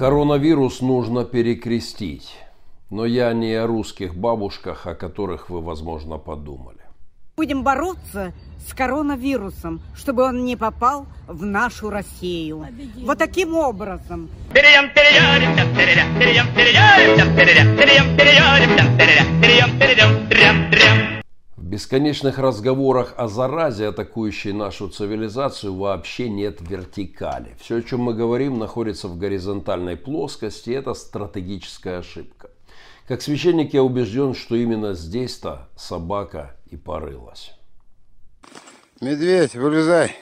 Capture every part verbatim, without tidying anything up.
Коронавирус нужно перекрестить. Но я не о русских бабушках, о которых вы, возможно, подумали. Будем бороться с коронавирусом, чтобы он не попал в нашу Россию. Победим. Вот таким образом. В бесконечных разговорах о заразе, атакующей нашу цивилизацию, вообще нет вертикали. Все, о чем мы говорим, находится в горизонтальной плоскости, и это стратегическая ошибка. Как священник я убежден, что именно здесь-то собака и порылась. Медведь, вылезай.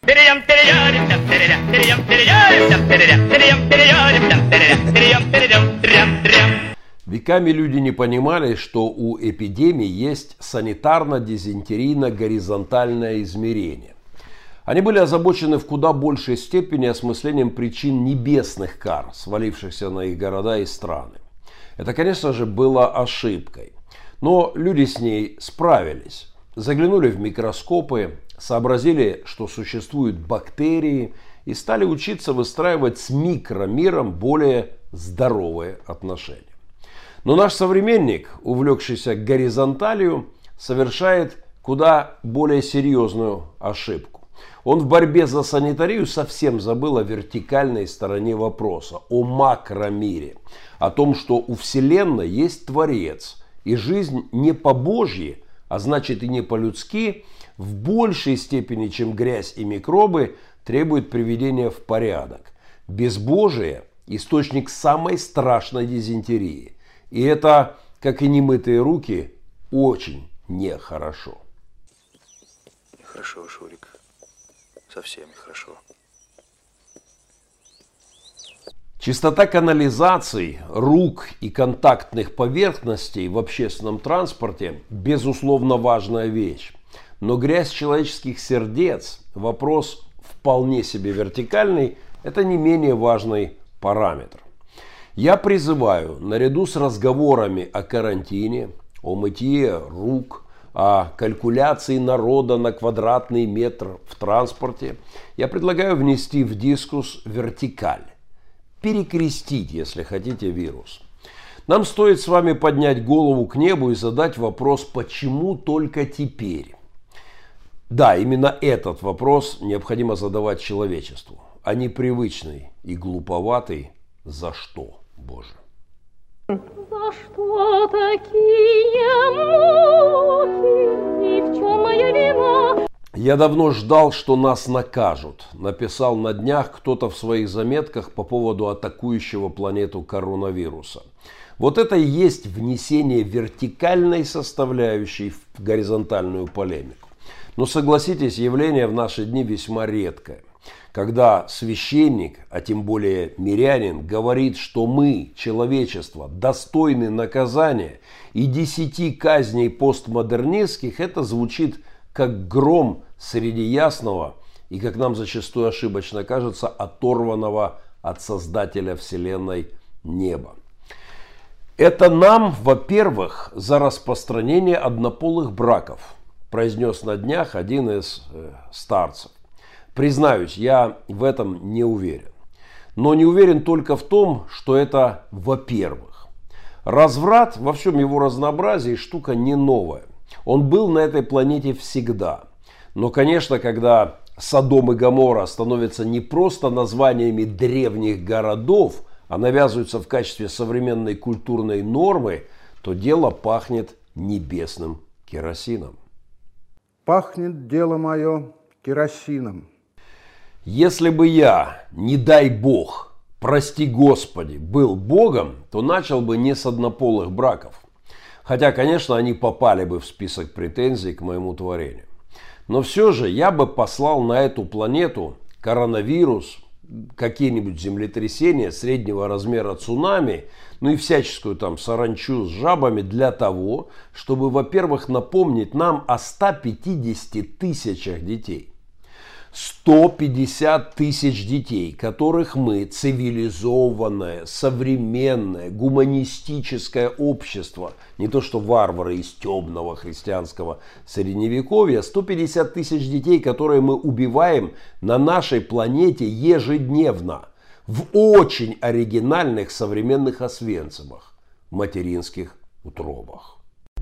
Веками люди не понимали, что у эпидемии есть санитарно-дизентерийно-горизонтальное измерение. Они были озабочены в куда большей степени осмыслением причин небесных кар, свалившихся на их города и страны. Это, конечно же, было ошибкой. Но люди с ней справились. Заглянули в микроскопы, сообразили, что существуют бактерии, и стали учиться выстраивать с микромиром более здоровые отношения. Но наш современник, увлекшийся горизонталью, совершает куда более серьезную ошибку. Он в борьбе за санитарию совсем забыл о вертикальной стороне вопроса, о макромире, о том, что у Вселенной есть Творец, и жизнь не по-божьи, а значит и не по-людски, в большей степени, чем грязь и микробы, требует приведения в порядок. Безбожие – источник самой страшной дизентерии. И это, как и немытые руки, очень нехорошо. Нехорошо, Шурик. Совсем нехорошо. Чистота канализаций, рук и контактных поверхностей в общественном транспорте – безусловно важная вещь. Но грязь человеческих сердец – вопрос вполне себе вертикальный, это не менее важный параметр. Я призываю, наряду с разговорами о карантине, о мытье рук, о калькуляции народа на квадратный метр в транспорте, я предлагаю внести в дискус вертикаль. Перекрестить, если хотите, вирус. Нам стоит с вами поднять голову к небу и задать вопрос, почему только теперь? Да, именно этот вопрос необходимо задавать человечеству, а не привычный и глуповатый «за что, Боже?». За что такие муки, и в чем моя вина? Я давно ждал, что нас накажут, написал на днях кто-то в своих заметках по поводу атакующего планету коронавируса. Вот это и есть внесение вертикальной составляющей в горизонтальную полемику. Но согласитесь, явление в наши дни весьма редкое. Когда священник, а тем более мирянин, говорит, что мы, человечество, достойны наказания и десяти казней постмодернистских, это звучит как гром среди ясного и, как нам зачастую ошибочно кажется, оторванного от Создателя Вселенной неба. Это нам, во-первых, за распространение однополых браков, произнес на днях один из э, старцев. Признаюсь, я в этом не уверен. Но не уверен только в том, что это во-первых. Разврат во всем его разнообразии штука не новая. Он был на этой планете всегда. Но, конечно, когда Содом и Гоморра становятся не просто названиями древних городов, а навязываются в качестве современной культурной нормы, то дело пахнет небесным керосином. Пахнет дело мое керосином. Если бы я, не дай Бог, прости Господи, был Богом, то начал бы не с однополых браков. Хотя, конечно, они попали бы в список претензий к моему творению. Но все же я бы послал на эту планету коронавирус, какие-нибудь землетрясения, среднего размера цунами, ну и всяческую там саранчу с жабами для того, чтобы, во-первых, напомнить нам о ста пятидесяти тысячах детей. сто пятьдесят тысяч детей, которых мы, цивилизованное, современное, гуманистическое общество, не то что варвары из темного христианского средневековья, сто пятьдесят тысяч детей, которые мы убиваем на нашей планете ежедневно. в очень оригинальных современных Освенцимах, материнских утробах.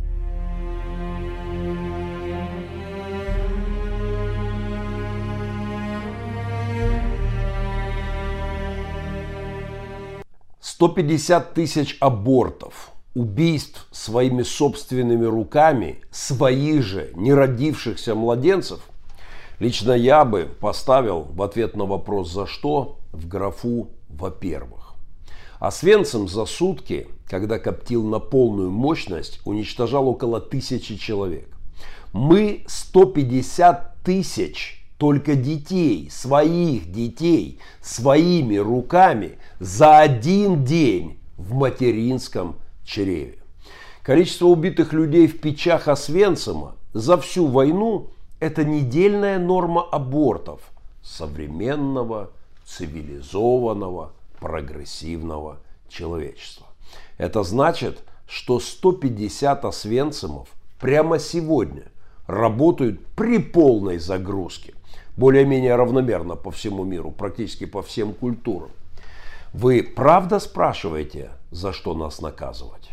сто пятьдесят тысяч абортов, убийств своими собственными руками своих же неродившихся младенцев, лично я бы поставил в ответ на вопрос «за что?» в графу «во-первых». Освенцим за сутки, когда коптил на полную мощность, уничтожал около тысячи человек. Мы сто пятьдесят тысяч только детей, своих детей, своими руками за один день в материнском чреве. Количество убитых людей в печах Освенцима за всю войну – это недельная норма абортов современного, цивилизованного, прогрессивного человечества. Это значит, что сто пятьдесят Освенцимов прямо сегодня работают при полной загрузке, более-менее равномерно по всему миру, практически по всем культурам. Вы правда спрашиваете, за что нас наказывать?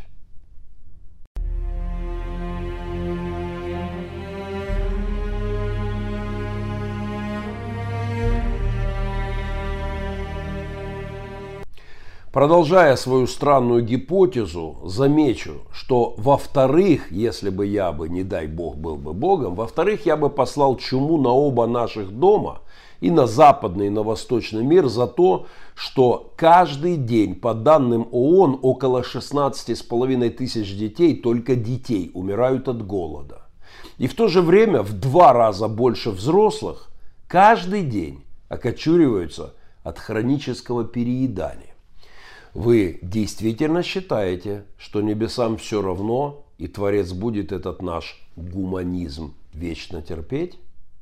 Продолжая свою странную гипотезу, замечу, что во-вторых, если бы я бы, не дай бог, был бы богом, во-вторых, я бы послал чуму на оба наших дома, и на западный, и на восточный мир, за то, что каждый день, по данным ООН, около шестнадцати с половиной тысяч детей, только детей, умирают от голода. И в то же время в два раза больше взрослых каждый день окочуриваются от хронического переедания. Вы действительно считаете, что небесам все равно, и Творец будет этот наш гуманизм вечно терпеть?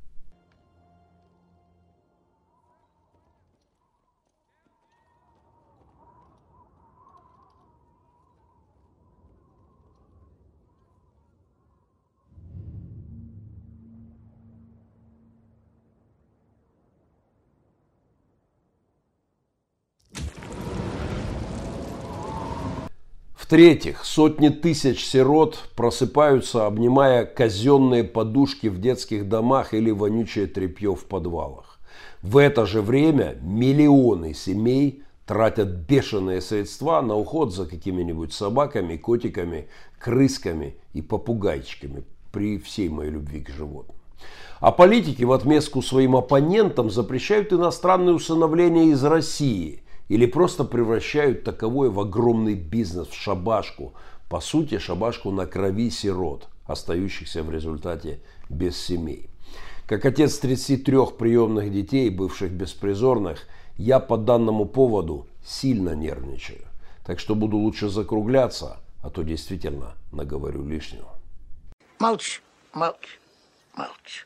В-третьих, сотни тысяч сирот просыпаются, обнимая казенные подушки в детских домах или вонючее тряпье в подвалах. В это же время миллионы семей тратят бешеные средства на уход за какими-нибудь собаками, котиками, крысками и попугайчиками, при всей моей любви к животным. А политики в отместку своим оппонентам запрещают иностранное усыновление из России – или просто превращают таковое в огромный бизнес, в шабашку. По сути, шабашку на крови сирот, остающихся в результате без семей. Как отец тридцати трёх приемных детей, бывших беспризорных, я по данному поводу сильно нервничаю. Так что буду лучше закругляться, а то действительно наговорю лишнего. Молчи, молчи, молчи.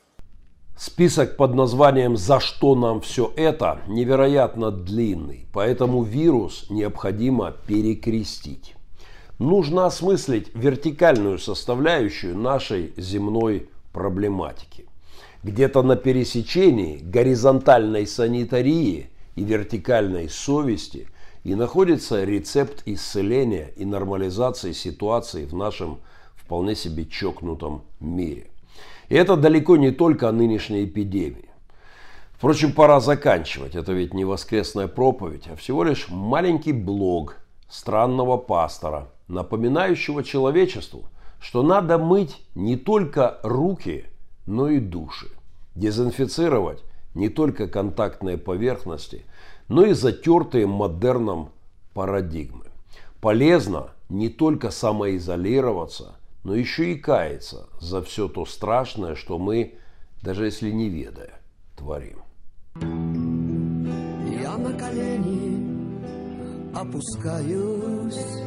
Список под названием «За что нам все это» невероятно длинный, поэтому вирус необходимо перекрестить. Нужно осмыслить вертикальную составляющую нашей земной проблематики. Где-то на пересечении горизонтальной санитарии и вертикальной совести и находится рецепт исцеления и нормализации ситуации в нашем вполне себе чокнутом мире. И это далеко не только о нынешней эпидемии. Впрочем, пора заканчивать. Это ведь не воскресная проповедь, а всего лишь маленький блог странного пастора, напоминающего человечеству, что надо мыть не только руки, но и души. Дезинфицировать не только контактные поверхности, но и затертые модерном парадигмы. Полезно не только самоизолироваться, но еще и каяться за все то страшное, что мы, даже если не ведая, творим. Я на колени опускаюсь,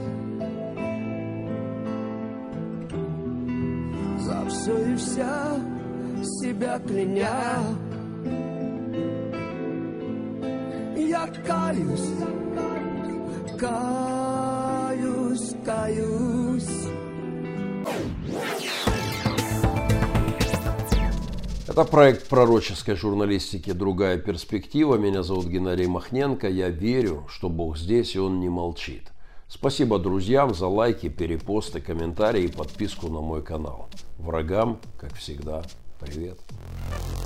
за все и вся себя кляня. Я каюсь, каюсь, каюсь. Это Это проект пророческой журналистики «Другая перспектива». Меня зовут Геннадий Махненко. Я верю, что Бог здесь и Он не молчит. Спасибо друзьям за лайки, перепосты, комментарии и подписку на мой канал. Врагам, как всегда, привет.